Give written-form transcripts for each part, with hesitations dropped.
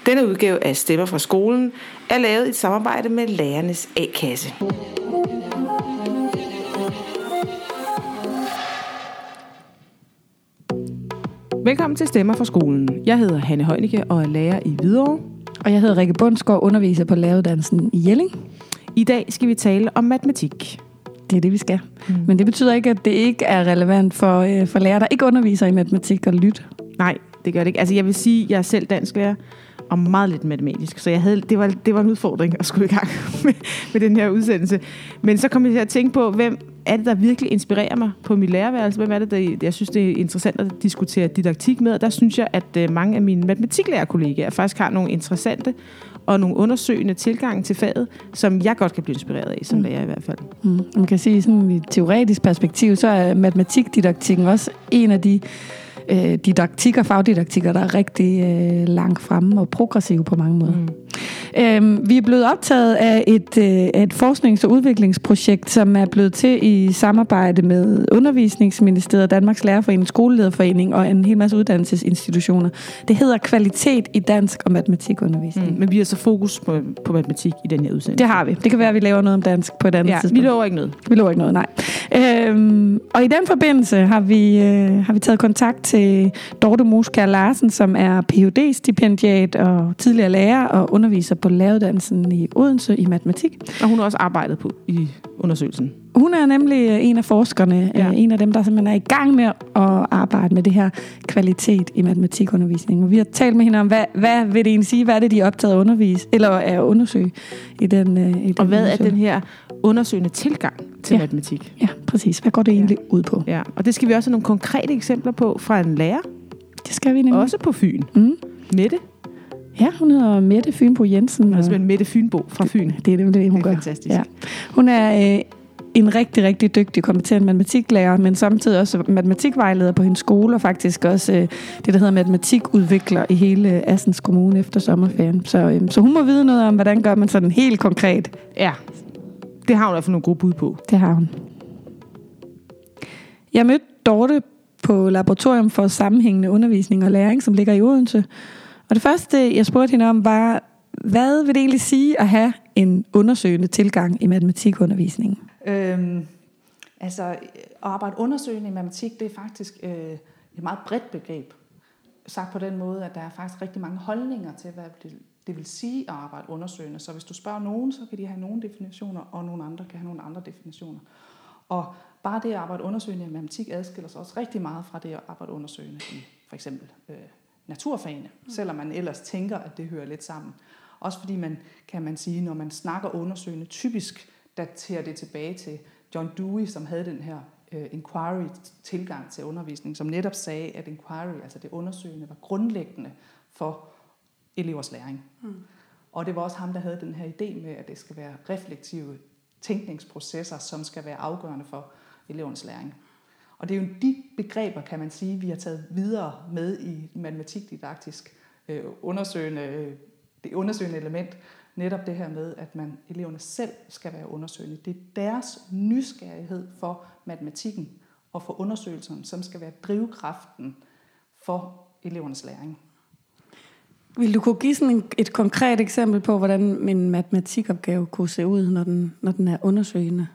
Denne udgave af Stemmer fra skolen er lavet i et samarbejde med Lærernes A-kasse. Velkommen til Stemmer fra skolen. Jeg hedder Hanne Højnicke og er lærer i Hvidovre. Og jeg hedder Rikke Bundsgaard, underviser på læreruddannelsen i Jelling. I dag skal vi tale om matematik. Det er det, vi skal. Men det betyder ikke, at det ikke er relevant for lærere, der ikke underviser i matematik og lyt. Nej, det gør det ikke. Altså jeg vil sige, at jeg er selv dansklærer og meget lidt matematisk, så det var en udfordring at skulle i gang med den her udsendelse. Men så kom jeg til at tænke på, hvem er det, der virkelig inspirerer mig på mit lærerværelse? Hvem er det, der jeg synes, det er interessant at diskutere didaktik med? Og der synes jeg, at mange af mine matematiklærerkollegaer faktisk har nogle interessante og nogle undersøgende tilgange til faget, som jeg godt kan blive inspireret af, som lærer i hvert fald. Man kan sige, sådan i et teoretisk perspektiv, så er matematikdidaktikken også en af de fagdidaktikker, der er rigtig langt fremme og progressive på mange måder. Vi er blevet optaget af et forsknings- og udviklingsprojekt, som er blevet til i samarbejde med Undervisningsministeriet, Danmarks Lærerforening, Skolelederforening og en hel masse uddannelsesinstitutioner. Det hedder Kvalitet i dansk og matematikundervisning. Men vi har så fokus på matematik i den her udsendelse. Det har vi. Det kan være, at vi laver noget om dansk på et andet tidspunkt. Vi lover ikke noget. Vi lover ikke noget, nej. Og i den forbindelse har vi taget kontakt til Dorte Moskær Larsen, som er Ph.D.-stipendiat og tidligere lærer og underviser på læreruddannelsen i Odense i matematik. Og hun har også arbejdet på i undersøgelsen. Hun er nemlig en af forskerne, en af dem, der simpelthen er i gang med at arbejde med det her kvalitet i matematikundervisning. Og vi har talt med hende om, hvad vil det egentlig sige, hvad er det, de er optaget at undervise, eller at undersøge i den og hvad er den her undersøgende tilgang til matematik? Ja, præcis. Hvad går det egentlig ud på? Ja, og det skal vi også have nogle konkrete eksempler på fra en lærer. Det skal vi nemlig. Også på Fyn. Mette. Ja, hun hedder Mette Fynbo Jensen. Altså Mette Fynbo fra Fyn. Det er det, hun gør. Fantastisk. Ja. Hun er en rigtig, rigtig dygtig, kompetent matematiklærer, men samtidig også matematikvejleder på hendes skole, og faktisk også det, der hedder matematikudvikler i hele Assens Kommune efter sommerferien. Så hun må vide noget om, hvordan gør man sådan helt konkret. Ja, det har hun i hvert fald nogle gode bud på. Det har hun. Jeg mødte Dorte på Laboratorium for Sammenhængende Undervisning og Læring, som ligger i Odense. Og det første, jeg spurgte hende om, var, hvad vil det egentlig sige at have en undersøgende tilgang i matematikundervisningen? At arbejde undersøgende i matematik, det er faktisk et meget bredt begreb. Sagt på den måde, at der er faktisk rigtig mange holdninger til, hvad det vil sige at arbejde undersøgende. Så hvis du spørger nogen, så kan de have nogle definitioner, og nogle andre kan have nogle andre definitioner. Og bare det at arbejde undersøgende i matematik adskiller sig også rigtig meget fra det at arbejde undersøgende i for eksempel naturfagene, selvom man ellers tænker, at det hører lidt sammen. Også fordi kan man sige, når man snakker undersøgende, typisk daterer det tilbage til John Dewey, som havde den her inquiry-tilgang til undervisning, som netop sagde, at inquiry, altså det undersøgende, var grundlæggende for elevers læring. Og det var også ham, der havde den her idé med, at det skal være reflektive tænkningsprocesser, som skal være afgørende for elevernes læring. Og det er jo de begreber, kan man sige, vi har taget videre med i matematikdidaktisk det undersøgende element. Netop det her med, at eleverne selv skal være undersøgende. Det er deres nysgerrighed for matematikken og for undersøgelsen, som skal være drivkraften for elevernes læring. Vil du kunne give sådan et konkret eksempel på, hvordan en matematikopgave kunne se ud, når den er undersøgende?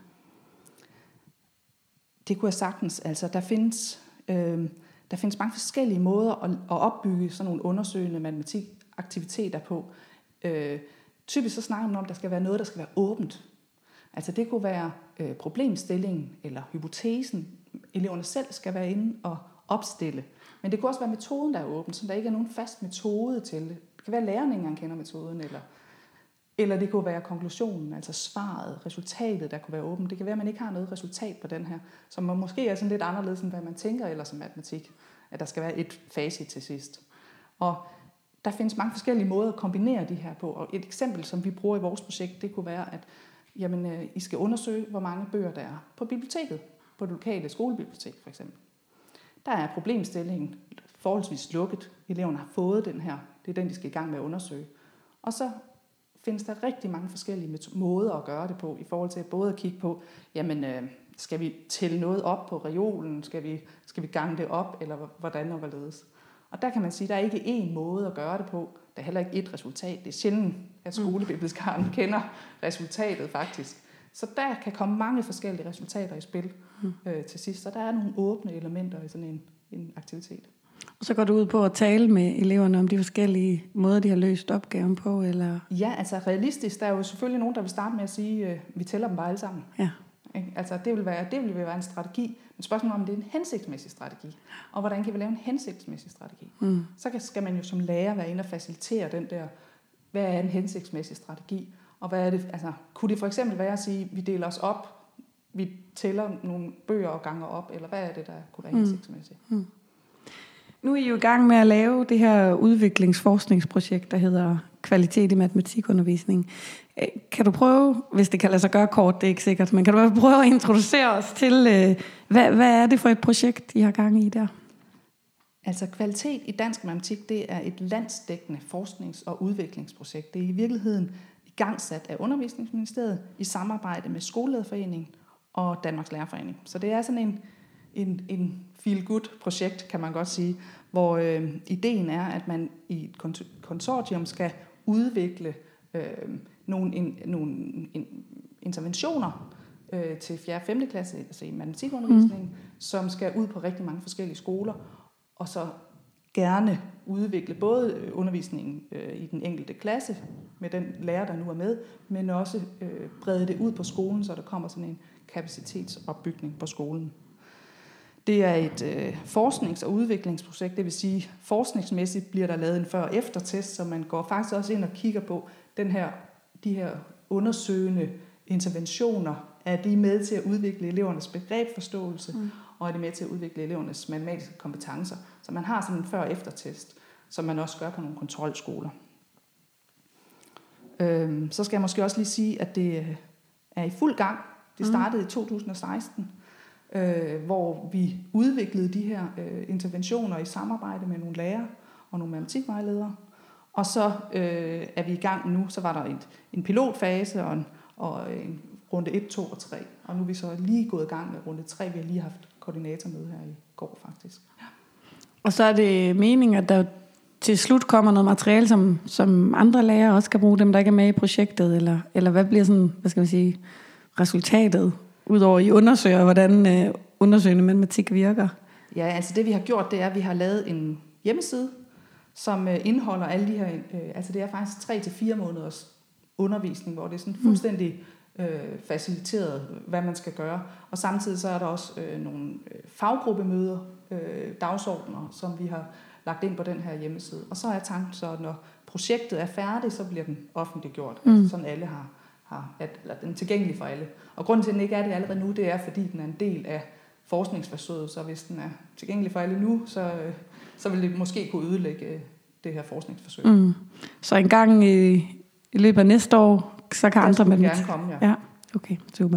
Det kunne jeg sagtens. Altså, der findes mange forskellige måder at opbygge sådan nogle undersøgende matematikaktiviteter på. Typisk så snakker man om, at der skal være noget, der skal være åbent. Altså det kunne være problemstillingen eller hypotesen. Eleverne selv skal være inde og opstille. Men det kunne også være metoden, der er åben, så der ikke er nogen fast metode til det. Det kan være, at læreren ikke engang kender metoden, eller det kunne være konklusionen, altså svaret, resultatet, der kunne være åbent. Det kan være, at man ikke har noget resultat på den her, som måske er sådan lidt anderledes, end hvad man tænker ellers som matematik. At der skal være et facit til sidst. Og der findes mange forskellige måder at kombinere de her på. Og et eksempel, som vi bruger i vores projekt, det kunne være, at I skal undersøge, hvor mange bøger der er på biblioteket, på det lokale skolebibliotek for eksempel. Der er problemstillingen forholdsvis lukket. Eleverne har fået den her. Det er den, de skal i gang med at undersøge. Og så findes der rigtig mange forskellige måder at gøre det på, i forhold til både at kigge på, skal vi tælle noget op på reolen, skal vi gange det op, eller hvordan og hvorledes. Og der kan man sige, at der er ikke én måde at gøre det på. Der er heller ikke ét resultat. Det er sjældent, at skolebibliotekaren kender resultatet faktisk. Så der kan komme mange forskellige resultater i spil til sidst. Så der er nogle åbne elementer i sådan en aktivitet. Og så går du ud på at tale med eleverne om de forskellige måder, de har løst opgaven på? Eller? Ja, altså realistisk. Der er jo selvfølgelig nogen, der vil starte med at sige, at vi tæller dem bare alle sammen. Ja. Altså det vil være en strategi. Men spørgsmålet om det er en hensigtsmæssig strategi. Og hvordan kan vi lave en hensigtsmæssig strategi? Så skal man jo som lærer være inde og facilitere den der, hvad er en hensigtsmæssig strategi? Og hvad er det, altså, kunne det for eksempel være at sige, at vi deler os op, vi tæller nogle bøger og ganger op, eller hvad er det, der kunne være hensigtsmæssigt? Nu er I jo i gang med at lave det her udviklingsforskningsprojekt, der hedder Kvalitet i matematikundervisning. Kan du prøve, hvis det kan lade sig gøre kort, det er ikke sikkert, men kan du prøve at introducere os til, hvad er det for et projekt, I har gang i der? Altså kvalitet i dansk matematik, det er et landsdækkende forsknings- og udviklingsprojekt. Det er i virkeligheden igangsat af Undervisningsministeriet i samarbejde med Skolelederforeningen og Danmarks Lærerforening. Så det er sådan en feel-good-projekt, kan man godt sige, hvor ideen er, at man i et konsortium skal udvikle nogle interventioner til 4. og 5. klasse, altså i matematikundervisningen, som skal ud på rigtig mange forskellige skoler, og så gerne udvikle både undervisningen i den enkelte klasse, med den lærer, der nu er med, men også brede det ud på skolen, så der kommer sådan en kapacitetsopbygning på skolen. Det er et forsknings- og udviklingsprojekt, det vil sige, forskningsmæssigt bliver der lavet en før- og eftertest, så man går faktisk også ind og kigger på de her undersøgende interventioner. Er de med til at udvikle elevernes begrebsforståelse, og er de med til at udvikle elevernes matematiske kompetencer? Så man har sådan en før- og eftertest, som man også gør på nogle kontrolskoler. Så skal jeg måske også lige sige, at det er i fuld gang. Det startede i 2016, hvor vi udviklede de her interventioner i samarbejde med nogle lærere og nogle matematikvejledere. Og så er vi i gang nu. Så var der en pilotfase og en runde 1, 2 og 3. Og nu er vi så lige gået i gang med runde 3. Vi har lige haft koordinatormøde her i går faktisk. Ja. Og så er det meningen, at der til slut kommer noget materiale, som andre lærere også kan bruge, dem der ikke er med i projektet, eller hvad bliver sådan, hvad skal man sige, resultatet, udover I undersøger, hvordan undersøgende matematik virker? Ja, altså det vi har gjort, det er, at vi har lavet en hjemmeside, som indeholder alle de her, altså det er faktisk 3 til 4 måneders undervisning, hvor det er sådan fuldstændig faciliteret, hvad man skal gøre. Og samtidig så er der også nogle faggruppemøder, dagsordner, som vi har lagt ind på den her hjemmeside. Og så er tanken så, at når projektet er færdigt, så bliver den offentliggjort. Altså sådan alle eller den er tilgængelig for alle. Og grunden til, at den ikke er det allerede nu, det er, fordi den er en del af forskningsforsøget. Så hvis den er tilgængelig for alle nu, så vil det måske kunne ødelægge det her forskningsforsøg. Så en gang i løbet af næste år, så kan andre med gerne komme, ja. Okay, super.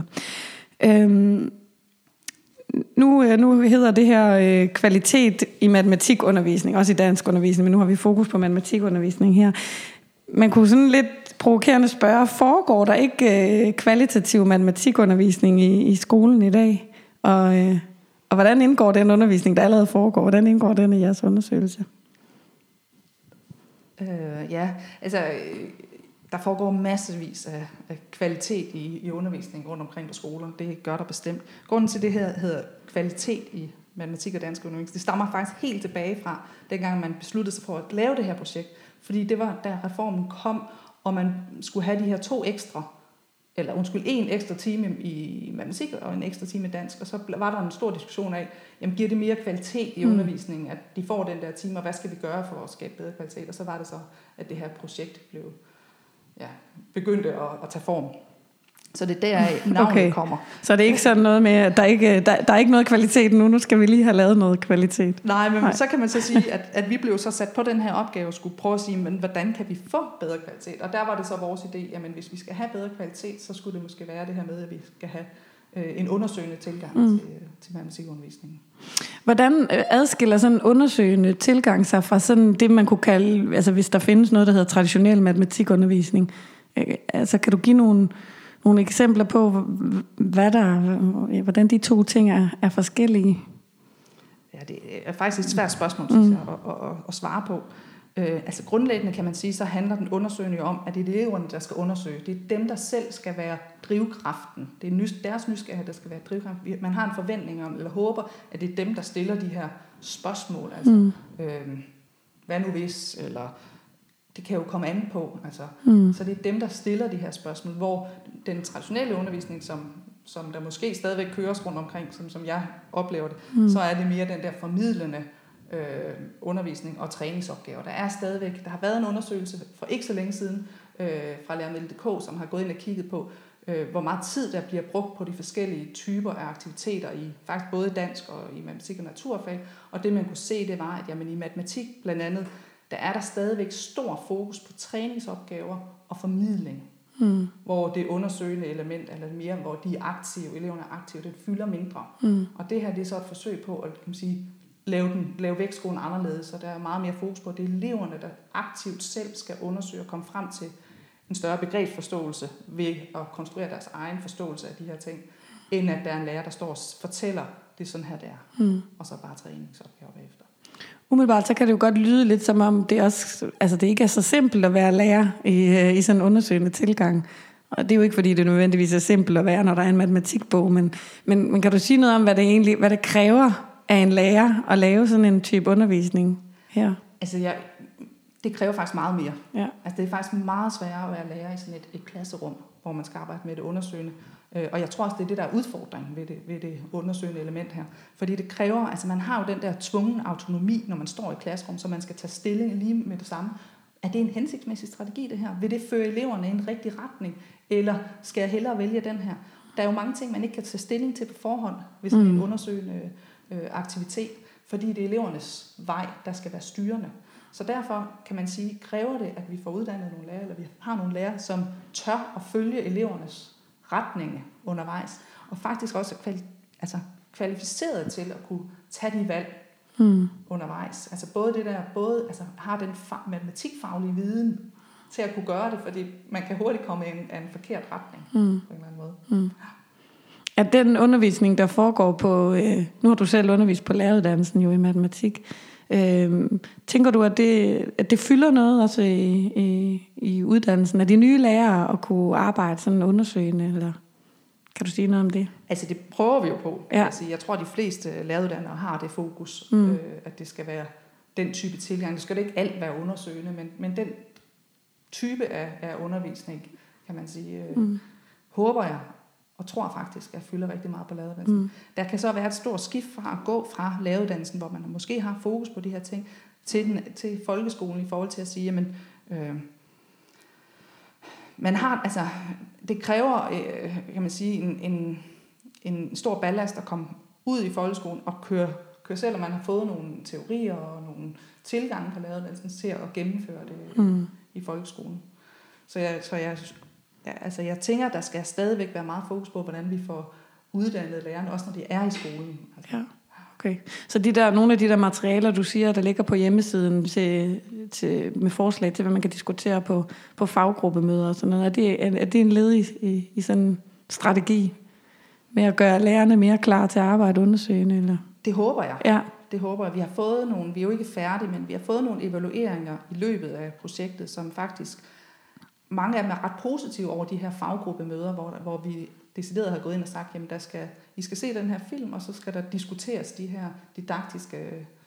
Nu hedder det her kvalitet i matematikundervisning, også i dansk undervisning, men nu har vi fokus på matematikundervisning her. Man kunne sådan lidt provokerende spørge, foregår der ikke kvalitativ matematikundervisning i skolen i dag? Og hvordan indgår den undervisning, der allerede foregår? Hvordan indgår den i jeres undersøgelse? Ja, altså der foregår massevis af kvalitet i undervisning rundt omkring på skoler. Det gør der bestemt. Grunden til det her hedder kvalitet i matematik og dansk undervisning. Det stammer faktisk helt tilbage fra, dengang man besluttede sig for at lave det her projekt. Fordi det var, da reformen kom, og man skulle have de her en ekstra time i matematik og en ekstra time i dansk. Og så var der en stor diskussion af, jamen giver det mere kvalitet i undervisningen, at de får den der time, og hvad skal vi gøre for at skabe bedre kvalitet? Og så var det så, at det her projekt begyndte at tage form. Så det er der navnet kommer. Så det er ikke sådan noget med, at der er ikke noget kvalitet nu skal vi lige have lavet noget kvalitet. Nej, men så kan man så sige, at vi blev så sat på den her opgave og skulle prøve at sige, men hvordan kan vi få bedre kvalitet? Og der var det så vores idé, jamen hvis vi skal have bedre kvalitet, så skulle det måske være det her med, at vi skal have en undersøgende tilgang til matematikundervisningen. Hvordan adskiller sådan en undersøgende tilgang sig fra sådan det, man kunne kalde, altså hvis der findes noget, der hedder traditionel matematikundervisning? Altså kan du give nogle eksempler på, hvordan de to ting er forskellige? Ja, det er faktisk et svært spørgsmål, synes jeg, at svare på. Altså grundlæggende kan man sige, så handler den undersøgende om, at det er eleverne, der skal undersøge. Det er dem, der selv skal være drivkraften. Det er deres nysgerrighed, der skal være drivkraften. Man har en forventning om, eller håber, at det er dem, der stiller de her spørgsmål. Altså, hvad nu hvis, eller det kan jo komme an på. Altså. Så det er dem, der stiller de her spørgsmål, hvor den traditionelle undervisning, som der måske stadigvæk køres rundt omkring, som jeg oplever det, så er det mere den der formidlende undervisning og træningsopgaver. Der har været en undersøgelse for ikke så længe siden fra Læremiddel.dk, som har gået ind og kigget på, hvor meget tid der bliver brugt på de forskellige typer af aktiviteter i faktisk både dansk og i matematik og naturfag. Og det man kunne se, det var, at jamen, i matematik blandt andet, der er der stadigvæk stor fokus på træningsopgaver og formidling. Hvor det undersøgende element, eller mere, hvor de er aktive, eleverne er aktive, det fylder mindre. Og det her, det er så et forsøg på at, kan man sige, lave vægtskolen anderledes, så der er meget mere fokus på, at det er eleverne, der aktivt selv skal undersøge og komme frem til en større begrebsforståelse ved at konstruere deres egen forståelse af de her ting, end at der er en lærer, der står og fortæller, det er sådan her, det er. Og så bare træningsopgaver bagefter. Umiddelbart, så kan det jo godt lyde lidt som om, det også, altså det ikke er så simpelt at være lærer i sådan en undersøgende tilgang. Og det er jo ikke, fordi det nødvendigvis er simpelt at være, når der er en matematikbog, men kan du sige noget om, hvad det kræver af en lærer at lave sådan en type undervisning her? Altså, det kræver faktisk meget mere. Ja. Altså, det er faktisk meget sværere at være lærer i sådan et klasserum, hvor man skal arbejde med det undersøgende. Og jeg tror også, det er det, der er udfordringen ved det undersøgende element her. Fordi det kræver, altså man har jo den der tvungen autonomi, når man står i klasserum, så man skal tage stilling lige med det samme. Er det en hensigtsmæssig strategi, det her? Vil det føre eleverne i en rigtig retning? Eller skal jeg hellere vælge den her? Der er jo mange ting, man ikke kan tage stilling til på forhånd, hvis det er en undersøgende aktivitet, fordi det er elevernes vej, der skal være styrende. Så derfor kan man sige, kræver det, at vi får uddannet nogle lærere, eller vi har nogle lærere, som tør at følge elevernes retning undervejs, og faktisk også kvalificeret til at kunne tage de valg undervejs. Altså både det der, har den matematikfaglige viden til at kunne gøre det, fordi man kan hurtigt komme i en forkert retning på en eller anden måde. At den undervisning, der foregår på, nu har du selv undervist på læreruddannelsen jo i matematik, tænker du, at det fylder noget også i uddannelsen? Er de nye lærere at kunne arbejde sådan undersøgende, eller kan du sige noget om det? Altså det prøver vi jo på. Ja. Altså, jeg tror, at de fleste læreruddannere har det fokus, at det skal være den type tilgang. Det skal ikke alt være undersøgende, men den type af undervisning, kan man sige, håber jeg, og tror faktisk, at jeg fylder rigtig meget på læreruddannelsen. Der kan så være et stort skift fra at gå fra læreruddannelsen, hvor man måske har fokus på de her ting, til folkeskolen i forhold til at sige, jamen, man har, altså, det kræver, kan man sige, en stor ballast at komme ud i folkeskolen og køre selvom man har fået nogle teorier og nogle tilgange på læreruddannelsen til at gennemføre det i folkeskolen. Så jeg tænker, at der skal stadigvæk være meget fokus på, hvordan vi får uddannet lærerne, også når de er i skolen. Altså. Ja, okay. Så nogle af de der materialer, du siger, der ligger på hjemmesiden med forslag til, hvad man kan diskutere på faggruppemøder og sådan noget, er det en led i sådan en strategi med at gøre lærerne mere klar til at arbejde undersøgende? Eller? Det håber jeg. Ja. Det håber jeg. Vi er jo ikke færdige, men vi har fået nogle evalueringer i løbet af projektet, som faktisk, mange af dem er ret positive over de her faggruppemøder, hvor vi decideret har gået ind og sagt, jamen I skal se den her film, og så skal der diskuteres de her didaktiske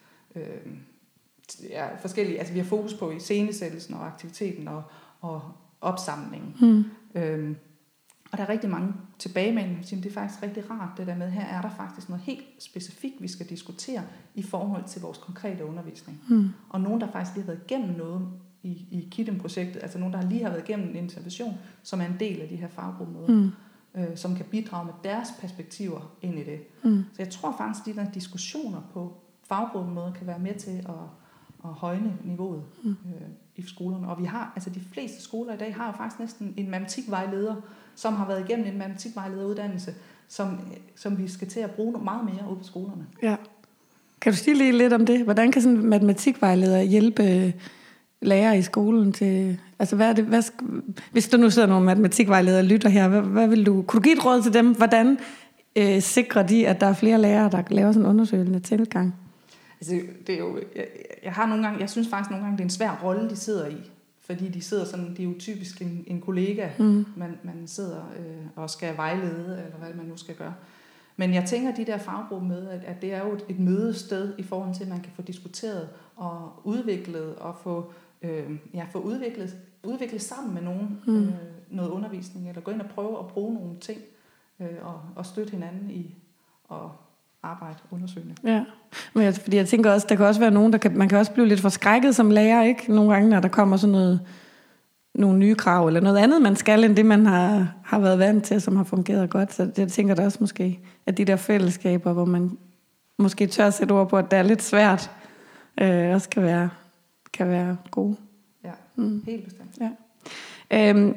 forskellige, altså vi har fokus på iscenesættelsen og aktiviteten og opsamlingen. Og der er rigtig mange tilbagemeldinger, det er faktisk rigtig rart det der med, her er der faktisk noget helt specifikt, vi skal diskutere i forhold til vores konkrete undervisning. Og nogen, der faktisk lige har været igennem noget i KIDEM-projektet, altså nogen, der lige har været igennem en intervention, som er en del af de her faggruppemøder, som kan bidrage med deres perspektiver ind i det. Så jeg tror faktisk, at de der diskussioner på faggruppemøder kan være med til at højne niveauet i skolerne. Og vi har, altså de fleste skoler i dag har jo faktisk næsten en matematikvejleder, som har været igennem en matematikvejlederuddannelse, som vi skal til at bruge meget mere ude på skolerne. Ja. Kan du sige lige lidt om det? Hvordan kan sådan en matematikvejleder hjælpe lærere i skolen til, altså hvad er det, hvis der nu sidder nogle matematikvejledere og lytter her, hvad vil du, kunne du give et råd til dem? Hvordan sikrer de, at der er flere lærere, der laver sådan en undersøgende tilgang? Altså, det er jo, jeg synes faktisk nogle gange, det er en svær rolle, de sidder i. Fordi de sidder sådan, de er jo typisk en kollega, man sidder og skal vejlede, eller hvad man nu skal gøre. Men jeg tænker, de der faggruppemøder, at det er jo et mødested i forhold til, at man kan få diskuteret og udviklet og få udviklet sammen med nogen noget undervisning, eller gå ind og prøve at bruge nogle ting og støtte hinanden i at arbejde undersøgende. Ja, men fordi jeg tænker også, der kan også være nogen, man kan også blive lidt forskrækket som lærer, ikke? Nogle gange, når der kommer sådan nogle nye krav, eller noget andet, man skal, end det, man har været vant til, som har fungeret godt. Så jeg tænker da også måske, at de der fællesskaber, hvor man måske tør at sætte ord på, at det er lidt svært, også kan være gode. Ja, helt bestemt. Ja.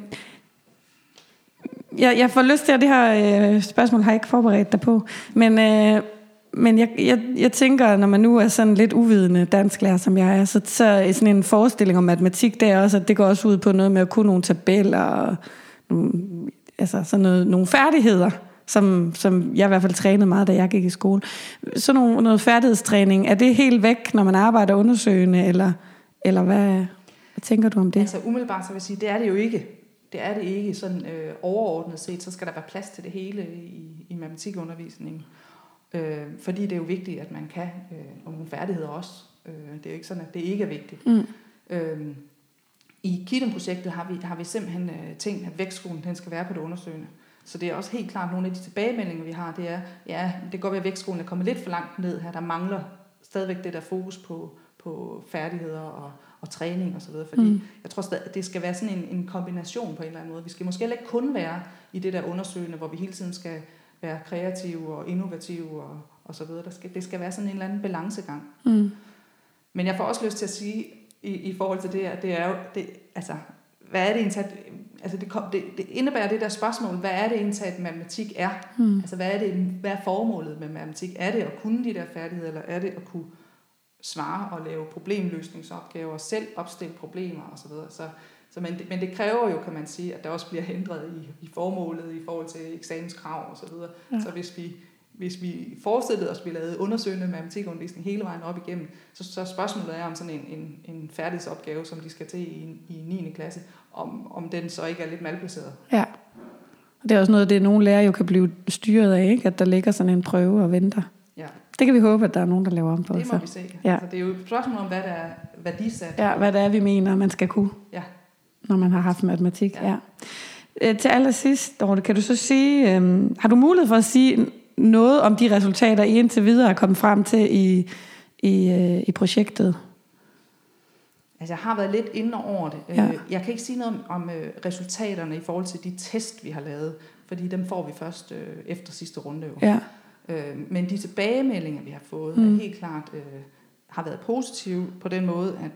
Jeg får lyst til, at det her spørgsmål har jeg ikke forberedt dig på, men jeg tænker, når man nu er sådan lidt uvidende dansklærer, som jeg er, så sådan en forestilling om matematik, det er også, at det går også ud på noget med at kunne nogle tabeller, og altså sådan nogle færdigheder, som jeg i hvert fald trænede meget, da jeg gik i skole. Så noget færdighedstræning, er det helt væk, når man arbejder undersøgende, eller hvad tænker du om det? Altså umiddelbart så vil jeg sige, det er det jo ikke. Det er det ikke sådan overordnet set, så skal der være plads til det hele i matematikundervisningen. Fordi det er jo vigtigt, at man kan nogle færdigheder også. Det er jo ikke sådan, at det ikke er vigtigt. I KIDEM-projektet har vi simpelthen tænkt, at vægtskolen den skal være på det undersøgende. Så det er også helt klart, nogle af de tilbagemeldinger, vi har, det er, ja, det kan godt være, at vægtskolen er kommet lidt for langt ned her. Der mangler stadigvæk det der fokus på færdigheder og træning og så videre, fordi jeg tror at det skal være sådan en kombination på en eller anden måde. Vi skal måske heller ikke kun være i det der undersøgende, hvor vi hele tiden skal være kreative og innovative og så videre. Det skal være sådan en eller anden balancegang. Men jeg får også lyst til at sige i forhold til det, at det er jo altså hvad er det egentlig det indebærer det der spørgsmål, hvad er det egentlig at matematik er? Altså hvad er formålet med matematik? Er det at kunne de der færdigheder, eller er det at kunne svare og lave problemløsningsopgaver, selv opstille problemer osv. Men det kræver jo, kan man sige, at der også bliver ændret i formålet i forhold til eksamenskrav og så videre. Ja. Så hvis vi forestillede os, at vi lavede undersøgende matematikundervisning hele vejen op igennem, så spørgsmålet er om sådan en færdighedsopgave, som de skal til i 9. klasse, om den så ikke er lidt malplaceret. Ja. Det er også noget, det nogle lærere jo kan blive styret af, ikke? At der ligger sådan en prøve og venter. Ja. Det kan vi håbe, at der er nogen, der laver om på. Det må vi se. Ja. Altså, det er jo et spørgsmål om, hvad der er værdisat. Ja, hvad det er, vi mener, man skal kunne, når man har haft matematik. Ja. Til allersidst, Dorte, kan du så sige, har du mulighed for at sige noget om de resultater, I indtil videre er kommet frem til i projektet? Altså, jeg har været lidt inde over det. Ja. Jeg kan ikke sige noget om resultaterne i forhold til de test, vi har lavet, fordi dem får vi først efter sidste runde. Ja. Men de tilbagemeldinger, vi har fået, er helt klart har været positive på den måde, at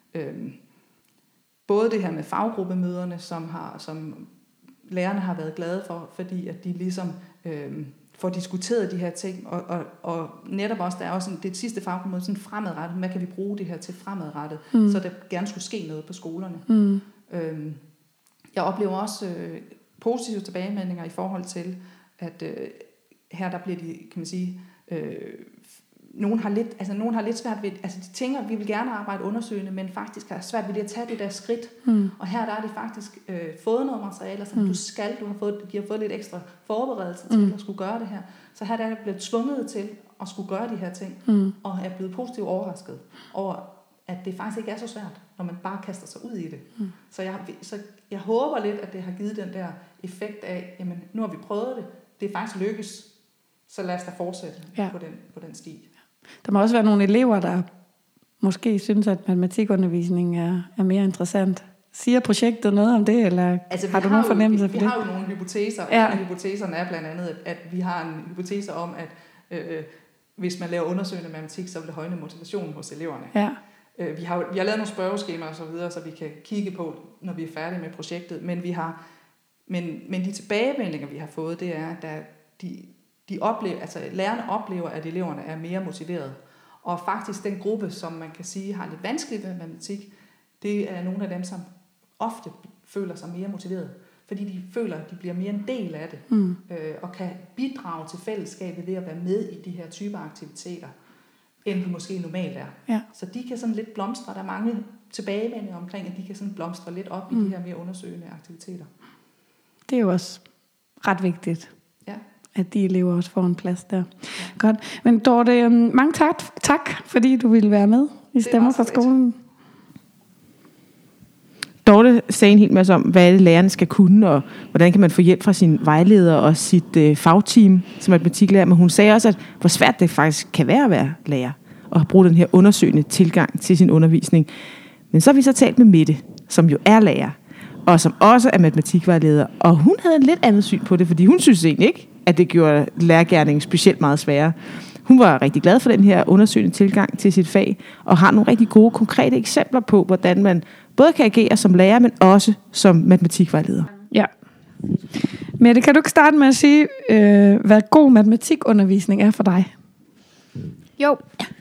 både det her med faggruppemøderne, som lærerne har været glade for, fordi at de ligesom får diskuteret de her ting, og netop også, der er også det sidste faggruppemøde sådan fremadrettet, hvad kan vi bruge det her til fremadrettet, så der gerne skulle ske noget på skolerne. Jeg oplever også positive tilbagemeldinger i forhold til, at her der bliver de, kan man sige, nogen har lidt svært ved, altså de tænker, at vi vil gerne arbejde undersøgende, men faktisk har svært ved det at tage det der skridt. Og her der er de faktisk fået noget materiale, som de har fået lidt ekstra forberedelse til at skulle gøre det her. Så her der er blevet tvunget til at skulle gøre de her ting, og er blevet positivt overrasket over, at det faktisk ikke er så svært, når man bare kaster sig ud i det. Så jeg håber lidt, at det har givet den der effekt af, jamen nu har vi prøvet det er faktisk lykkes, så lad os da fortsætte på den sti. Der må også være nogle elever, der måske synes, at matematikundervisning er mere interessant. Siger projektet noget om det, eller altså, har du nogen fornemmelse for det? Vi har jo nogle hypoteser. Ja. En af hypoteserne er blandt andet, at vi har en hypotese om, at hvis man laver undersøgende matematik, så vil det højne motivationen hos eleverne. Ja. Vi har lavet nogle spørgeskemaer og så videre, så vi kan kigge på, når vi er færdige med projektet. Men de tilbagemeldinger, vi har fået, det er, at lærerne oplever, at eleverne er mere motiverede. Og faktisk den gruppe, som man kan sige har lidt vanskeligt med matematik, det er nogle af dem, som ofte føler sig mere motiveret. Fordi de føler, at de bliver mere en del af det. Og kan bidrage til fællesskabet ved at være med i de her typer aktiviteter. end vi måske normalt er. Ja. Så de kan sådan lidt blomstre. Der er mange tilbagevendende omkring, at de kan sådan blomstre lidt op i de her mere undersøgende aktiviteter. Det er jo også ret vigtigt, Ja. at de elever også får en plads der. Ja. Godt. Men Dorte, mange tak, fordi du ville være med i Stemmer fra skolen. Dorte sagde en hel masse om, hvad alle lærerne skal kunne, og hvordan kan man få hjælp fra sin vejleder og sit fagteam som matematiklærer. Men hun sagde også, at hvor svært det faktisk kan være at være lærer, og bruge den her undersøgende tilgang til sin undervisning. Men så har vi så talt med Mette, som jo er lærer, og som også er matematikvejleder. Og hun havde et lidt andet syn på det, fordi hun synes egentlig ikke, at det gjorde lærergerningen specielt meget sværere. Hun var rigtig glad for den her undersøgende tilgang til sit fag, og har nogle rigtig gode, konkrete eksempler på, hvordan man både kan agere som lærer, men også som matematikvejleder. Ja. Mette, kan du ikke starte med at sige, hvad god matematikundervisning er for dig? Jo.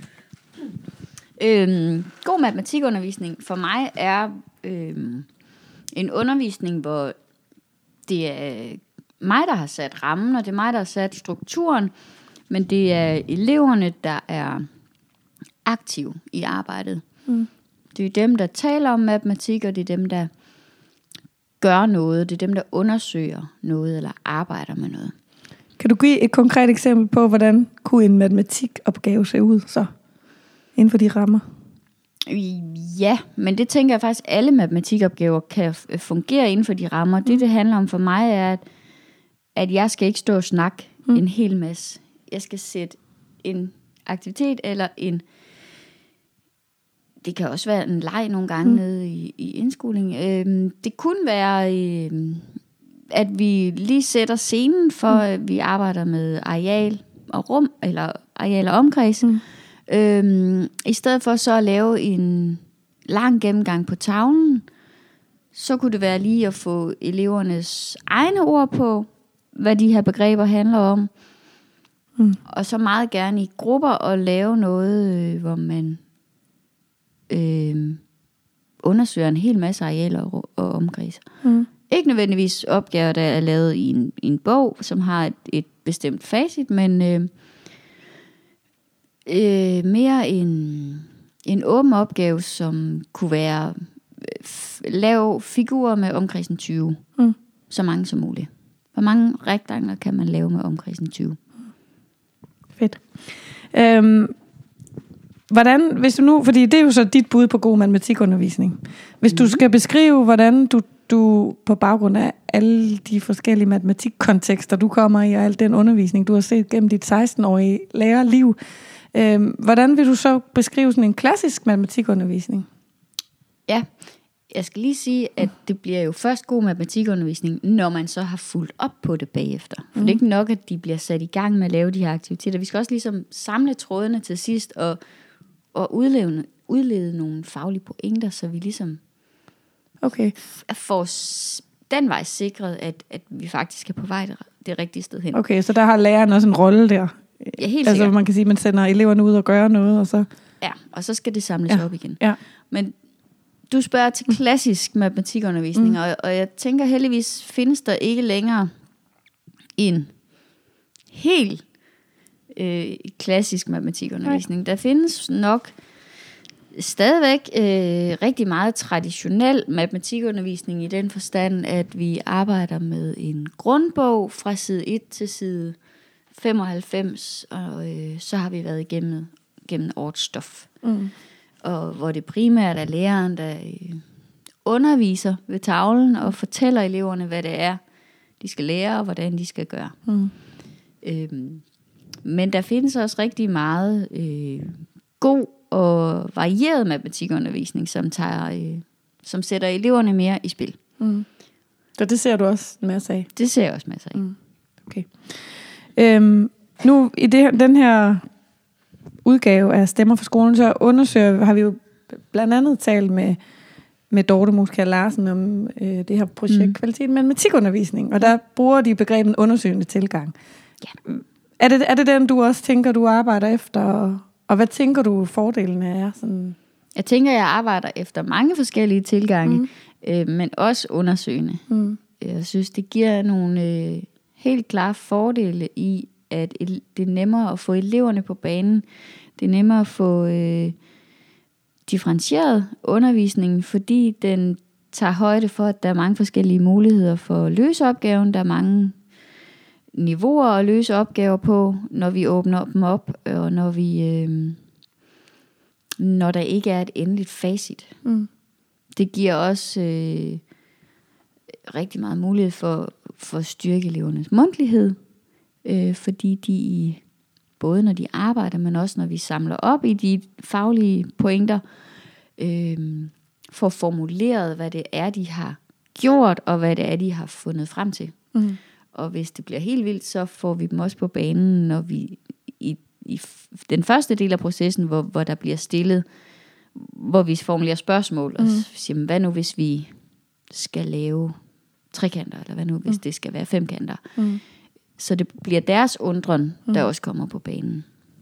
God matematikundervisning for mig er en undervisning, hvor det er mig, der har sat rammen, og det er mig, der har sat strukturen, men det er eleverne, der er aktive i arbejdet. Det er dem, der taler om matematik, og det er dem, der gør noget. Det er dem, der undersøger noget eller arbejder med noget. Kan du give et konkret eksempel på, hvordan kunne en matematikopgave se ud så inden for de rammer? Ja, men det tænker jeg faktisk, at alle matematikopgaver kan fungere inden for de rammer. Det handler om for mig er, at jeg skal ikke stå og snakke en hel masse. Jeg skal sætte en aktivitet eller det kan også være en leg nogle gange nede i indskolingen. Det kunne være, at vi lige sætter scenen for, at vi arbejder med areal og rum, eller areal og omkreds. I stedet for så at lave en lang gennemgang på tavlen, så kunne det være lige at få elevernes egne ord på, hvad de her begreber handler om. Og så meget gerne i grupper og lave noget, hvor man undersøger en hel masse arealer og omkreds. Ikke nødvendigvis opgaver, der er lavet i en bog, som har et bestemt facit, men mere en åben opgave, som kunne være lave figurer med omkredsen 20. Så mange som muligt. Hvor mange rektangler kan man lave med omkredsen 20? Fedt. Hvordan, hvis du nu, fordi det er jo så dit bud på god matematikundervisning. Hvis du skal beskrive, hvordan du på baggrund af alle de forskellige matematikkontekster, du kommer i, og al den undervisning, du har set gennem dit 16-årige lærerliv, hvordan vil du så beskrive sådan en klassisk matematikundervisning? Ja, jeg skal lige sige, at det bliver jo først god matematikundervisning, når man så har fulgt op på det bagefter. For det er ikke nok, at de bliver sat i gang med at lave de her aktiviteter. Vi skal også ligesom samle trådene til sidst og udlede nogle faglige pointer, så vi ligesom får den vej sikret, at vi faktisk er på vej det rigtige sted hen. Okay, så der har læreren også en rolle der. Ja, helt altså sikkert. man kan sige, at man sender eleverne ud og gør noget, og så... Ja, og så skal det samles op igen. Ja. Men du spørger til klassisk matematikundervisning, og jeg tænker heldigvis findes der ikke længere en helt klassisk matematikundervisning. Der findes nok stadigvæk rigtig meget traditionel matematikundervisning i den forstand, at vi arbejder med en grundbog fra side 1 til side 95, og så har vi været igennem årets stof. Og hvor det primært er læreren, der underviser ved tavlen og fortæller eleverne, hvad det er, de skal lære, og hvordan de skal gøre. Men der findes også rigtig meget god og varieret matematikundervisning, som sætter eleverne mere i spil. Så det ser du også en masse af? Det ser jeg også masser af. Okay. Nu i den her udgave af Stemmer for skolen, så har vi jo blandt andet talt med Dorte Moskær Larsen om det her projekt Kvalitet Matematikundervisning, og der bruger de begrebet undersøgende tilgang. Ja. Er det den, du også tænker, du arbejder efter, og hvad tænker du fordelene er? Sådan? Jeg tænker, jeg arbejder efter mange forskellige tilgange, men også undersøgende. Jeg synes, det giver nogle helt klare fordele i, at det er nemmere at få eleverne på banen, Det er nemmere at få differentieret undervisningen, fordi den tager højde for, at der er mange forskellige muligheder for at løse opgaven. Der er mange niveauer at løse opgaver på, når vi åbner dem op, og når der ikke er et endeligt facit. Det giver også rigtig meget mulighed for at styrke elevernes mundtlighed, fordi de både når de arbejder, men også når vi samler op i de faglige pointer, får formuleret, hvad det er, de har gjort, og hvad det er, de har fundet frem til. Og hvis det bliver helt vildt, så får vi dem også på banen, når vi i den første del af processen, hvor der bliver stillet, hvor vi formulerer spørgsmål, og siger, hvad nu hvis vi skal lave trekanter, eller hvad nu hvis det skal være femkanter. Så det bliver deres undren, der også kommer på banen.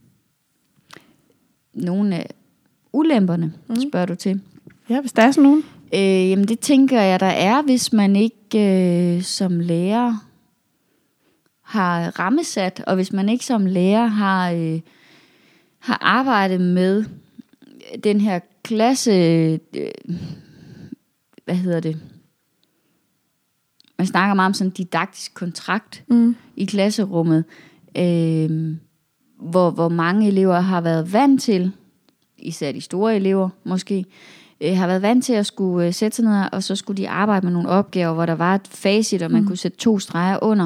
Nogle af ulemperne, spørger du til. Ja, hvis der er sådan nogen. Jamen det tænker jeg, der er, hvis man ikke som lærer har rammesat, og hvis man ikke som lærer har arbejdet med den her klasse, man snakker meget om sådan en didaktisk kontrakt i klasserummet, hvor mange elever har været vant til, især de store elever måske, har været vant til at skulle sætte sig ned, og så skulle de arbejde med nogle opgaver, hvor der var et facit, og man kunne sætte 2 streger under.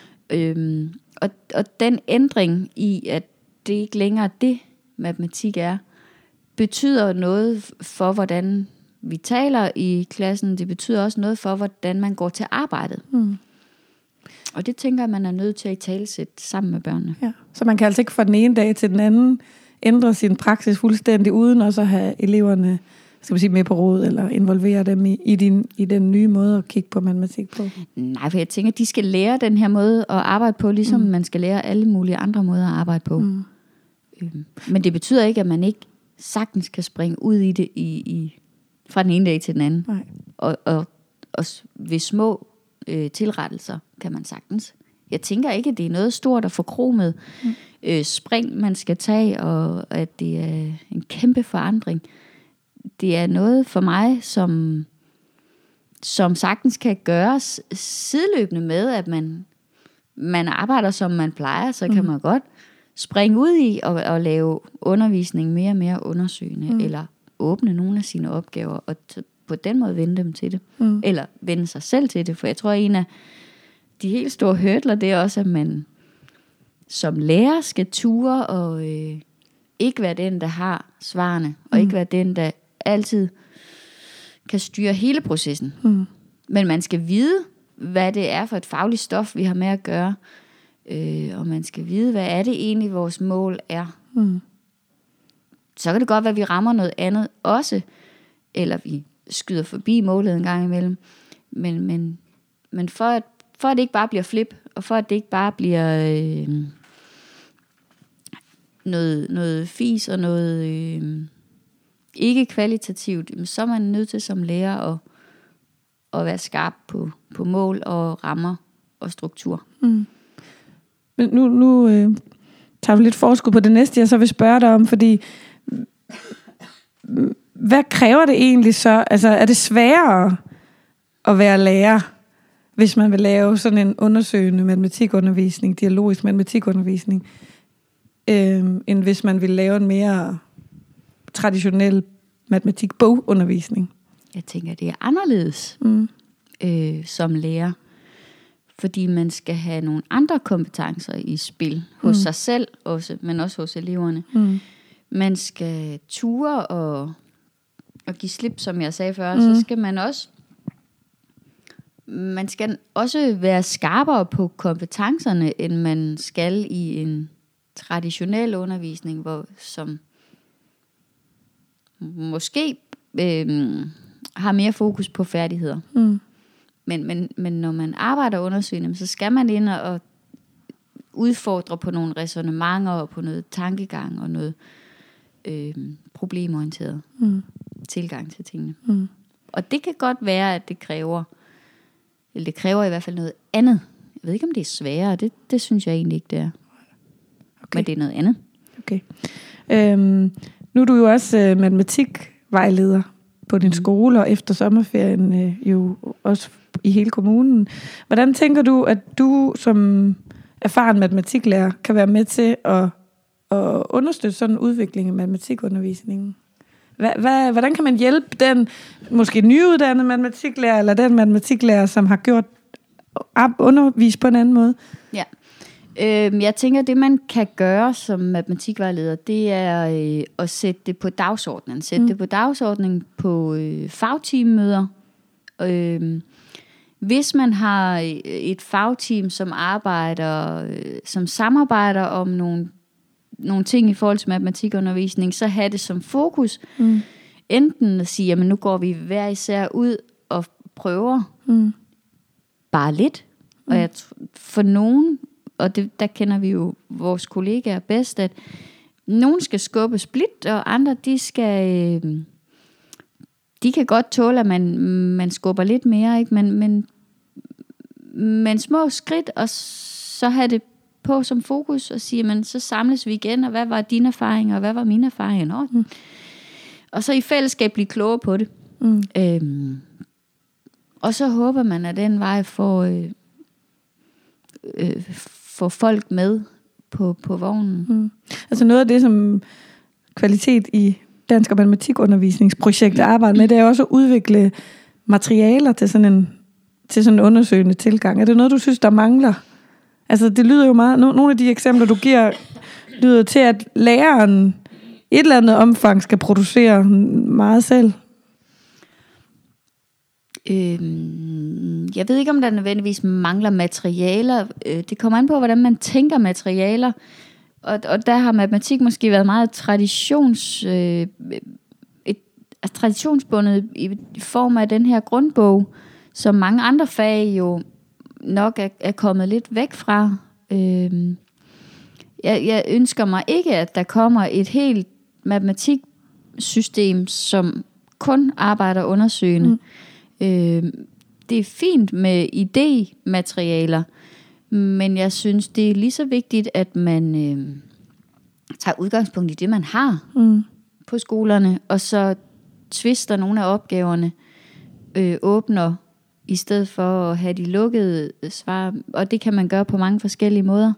Og den ændring i, at det ikke længere det, matematik er, betyder noget for, hvordan vi taler i klassen. Det betyder også noget for, hvordan man går til arbejdet. Og det tænker jeg, man er nødt til at italesætte sammen med børnene. Ja. Så man kan altså ikke fra den ene dag til den anden ændre sin praksis fuldstændig, uden også at have eleverne med på råd, eller involvere dem i den nye måde at kigge på matematik på? Nej, for jeg tænker, at de skal lære den her måde at arbejde på, ligesom man skal lære alle mulige andre måder at arbejde på. Men det betyder ikke, at man ikke sagtens kan springe ud i det fra den ene dag til den anden. Nej. Og ved små tilrettelser kan man sagtens. Jeg tænker ikke, at det er noget stort og forkromet spring, man skal tage, og at det er en kæmpe forandring. Det er noget for mig, som sagtens kan gøres sideløbende med, at man arbejder, som man plejer, så kan man godt springe ud i og lave undervisning mere og mere undersøgende, eller åbne nogle af sine opgaver, og på den måde vende dem til det. Eller vende sig selv til det, for jeg tror, at en af de helt store hurdler, det er også, at man som lærer skal ture og ikke være den, der har svarene, og ikke være den, der altid kan styre hele processen. Men man skal vide, hvad det er for et fagligt stof, vi har med at gøre, og man skal vide, hvad er det egentlig, vores mål er. Så kan det godt være, at vi rammer noget andet også, eller vi skyder forbi målet en gang imellem. Men for at det ikke bare bliver flip, og for at det ikke bare bliver noget fis og noget ikke kvalitativt, så er man nødt til som lærer at være skarp på mål og rammer og struktur. Men nu tager vi lidt forskud på det næste, jeg så vil spørge dig om, fordi hvad kræver det egentlig så? Altså, er det sværere at være lærer, hvis man vil lave sådan en undersøgende matematikundervisning, dialogisk matematikundervisning, end hvis man vil lave en mere traditionel matematikbogundervisning? Jeg tænker, det er anderledes som lærer, fordi man skal have nogle andre kompetencer i spil hos sig selv også, men også hos eleverne. Man skal ture og give slip, som jeg sagde før, så skal man skal også være skarpere på kompetencerne, end man skal i en traditionel undervisning, som måske har mere fokus på færdigheder. Men når man arbejder undersøgende, så skal man ind og udfordre på nogle ræsonnementer og på noget tankegang og noget problemorienteret tilgang til tingene. Og det kan godt være, at det kræver i hvert fald noget andet. Jeg ved ikke, om det er sværere. Det synes jeg egentlig ikke, det er. Okay. Men det er noget andet. Okay. Nu er du jo også matematikvejleder på din skole, og efter sommerferien jo også i hele kommunen. Hvordan tænker du, at du som erfaren matematiklærer kan være med til at understøtte sådan en udvikling i matematikundervisningen? Hvordan kan man hjælpe den måske nyuddannede matematiklærer, eller den matematiklærer, som har gjort undervist på en anden måde? Ja. Jeg tænker, at det man kan gøre som matematikvejleder, det er at sætte det på dagsordenen. Sætte det på dagsordenen på fagteammøder. Hvis man har et fagteam, som samarbejder om nogle ting i forhold til matematikundervisning, så have det som fokus. Enten at sige, jamen nu går vi hver især ud og prøver bare lidt. Og for nogen, og der kender vi jo vores kollegaer bedst, at nogen skal skubbe split, og andre de kan godt tåle, at man skubber lidt mere, ikke? Men små skridt, og så have det på som fokus, og sige, men så samles vi igen, og hvad var dine erfaringer, og hvad var mine erfaringer? Og så i fællesskab blive klogere på det. Og så håber man, at den vej får folk med på vognen. Altså noget af det, som Kvalitet i Dansk og Matematikundervisningsprojektet arbejder med, det er også at udvikle materialer til sådan en undersøgende tilgang. Er det noget, du synes, der mangler? Altså, det lyder jo meget... Nogle af de eksempler, du giver, lyder til, at læreren i et eller andet omfang skal producere meget selv. Jeg ved ikke, om der nødvendigvis mangler materialer. Det kommer an på, hvordan man tænker materialer. Og der har matematik måske været meget traditionsbundet i form af den her grundbog, som mange andre fag jo nok er kommet lidt væk fra. Jeg ønsker mig ikke, at der kommer et helt matematiksystem, som kun arbejder undersøgende. Det er fint med idématerialer, men jeg synes, det er lige så vigtigt, at man tager udgangspunkt i det, man har på skolerne, og så twister nogle af opgaverne, åbner, i stedet for at have de lukkede svar. Og det kan man gøre på mange forskellige måder.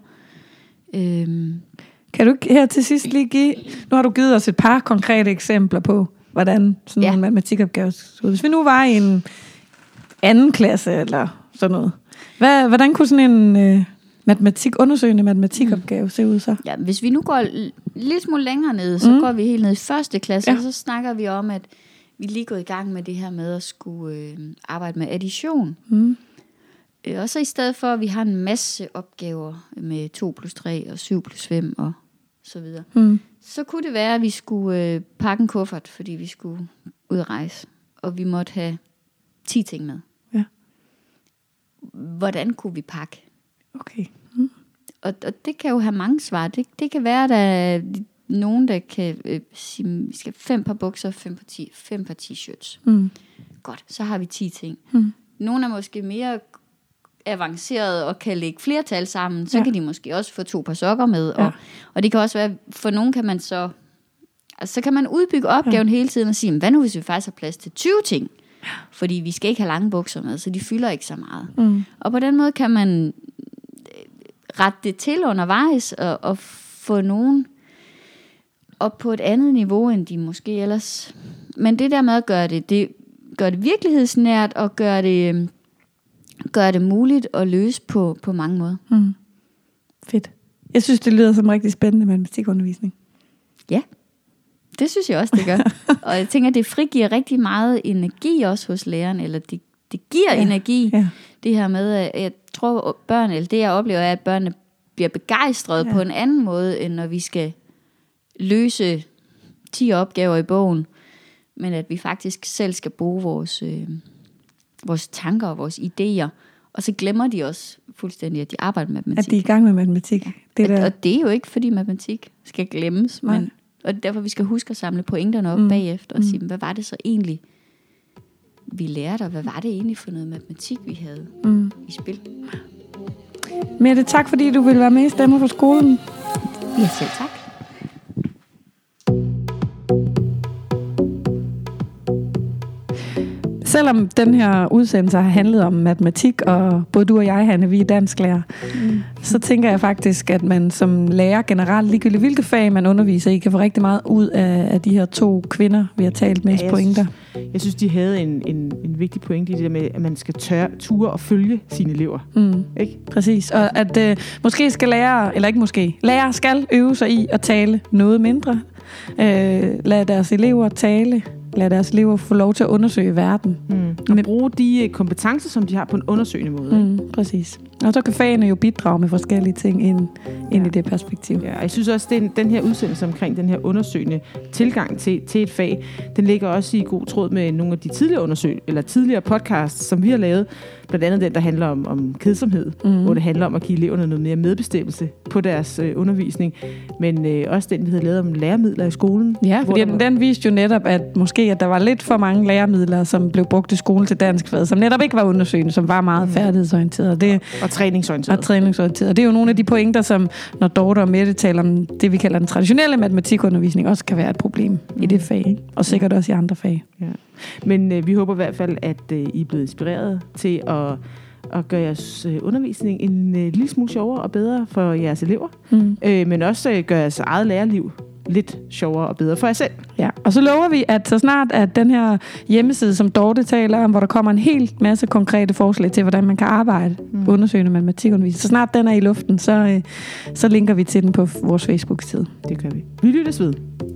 Kan du her til sidst lige give... Nu har du givet os et par konkrete eksempler på, hvordan sådan en matematikopgave ser ud. Hvis vi nu var i en anden klasse eller sådan noget. Hvordan kunne sådan en undersøgende matematikopgave se ud så? Ja, hvis vi nu går lidt smule længere ned, så går vi helt ned i første klasse, og så snakker vi om, at vi er lige gået i gang med det her med at skulle arbejde med addition. Og så i stedet for, at vi har en masse opgaver med 2+3 og 7+5 og så videre, så kunne det være, at vi skulle pakke en kuffert, fordi vi skulle ud at rejse, og vi måtte have 10 ting med. Ja. Hvordan kunne vi pakke? Okay. Og det kan jo have mange svar. Det kan være, at der er nogen, der kan sige, vi skal 5 par bukser, 5 par t-shirts. Godt, så har vi 10 ting. Nogle er måske mere avanceret og kan lægge flere tal sammen, så kan de måske også få 2 par sokker med. Og det kan også være, for nogen kan man så kan man udbygge opgaven hele tiden og sige, hvad nu hvis vi faktisk har plads til 20 ting? Fordi vi skal ikke have lange bukser med, så de fylder ikke så meget. Og på den måde kan man rette det til undervejs og få nogen op på et andet niveau, end de måske ellers. Men det der med at gøre det virkelighedsnært og gøre det muligt at løse på mange måder. Fedt. Jeg synes, det lyder som rigtig spændende matematikundervisning. Ja, det synes jeg også, det gør. Og jeg tænker, det frigiver rigtig meget energi også hos læreren, eller det giver energi. Ja. Det her med, at jeg tror, børn, eller det jeg oplever, er, at børnene bliver begejstrede på en anden måde, end når vi skal løse 10 opgaver i bogen, men at vi faktisk selv skal bruge vores tanker og vores idéer, og så glemmer de også fuldstændig, at de arbejder med matematik. At de er i gang med matematik. Ja. Og det er jo ikke, fordi matematik skal glemmes, og derfor vi skal huske at samle pointerne op bagefter og sige, hvad var det så egentlig, vi lærte, og hvad var det egentlig for noget matematik, vi havde i spil. Mette, tak fordi du ville være med i Stemmer for skolen. Ja, selv tak. selvom den her udsendelse har handlet om matematik, og både du og jeg, Hanne, vi er dansklærer, så tænker jeg faktisk, at man som lærer generelt, ligegyldigt hvilket fag man underviser i, kan få rigtig meget ud af de her 2 kvinder, vi har talt mest pointer. Jeg synes, de havde en vigtig pointe i det der med, at man skal ture og følge sine elever. Ikke? Præcis. Og at måske skal lærere skal øve sig i at tale noget mindre. Lad deres elever tale. Lad deres elever få lov til at undersøge verden. Og bruge de kompetencer, som de har på en undersøgende måde. Præcis. Og så kan fagene jo bidrage med forskellige ting ind i det perspektiv. Ja, og jeg synes også, at den her udsendelse omkring den her undersøgende tilgang til et fag, den ligger også i god tråd med nogle af de tidligere podcasts, som vi har lavet. Blandt andet den, der handler om kedsomhed, hvor det handler om at give eleverne noget mere medbestemmelse på deres undervisning. Men også den, vi havde lavet om læremidler i skolen. Ja, fordi den viste jo netop, at der var lidt for mange læremidler, som blev brugt i skolen til danskfaget, som netop ikke var undersøgende, som var meget færdighedsorienteret. Og træningsorienteret. Det er jo nogle af de pointer, som når Dorte og Mette taler om det, vi kalder den traditionelle matematikundervisning, også kan være et problem i det fag, ikke? Og sikkert også i andre fag. Ja. Men vi håber i hvert fald, at I er blevet inspireret til at gøre jeres undervisning en lille smule sjovere og bedre for jeres elever, men også gøre jeres eget lærerliv lidt sjovere og bedre for jer selv. Ja, og så lover vi, at så snart at den her hjemmeside, som Dorte taler om, hvor der kommer en helt masse konkrete forslag til, hvordan man kan arbejde undersøgende matematikundervisning, så snart den er i luften, så linker vi til den på vores Facebook-side. Det gør vi. Vi lyttes ved.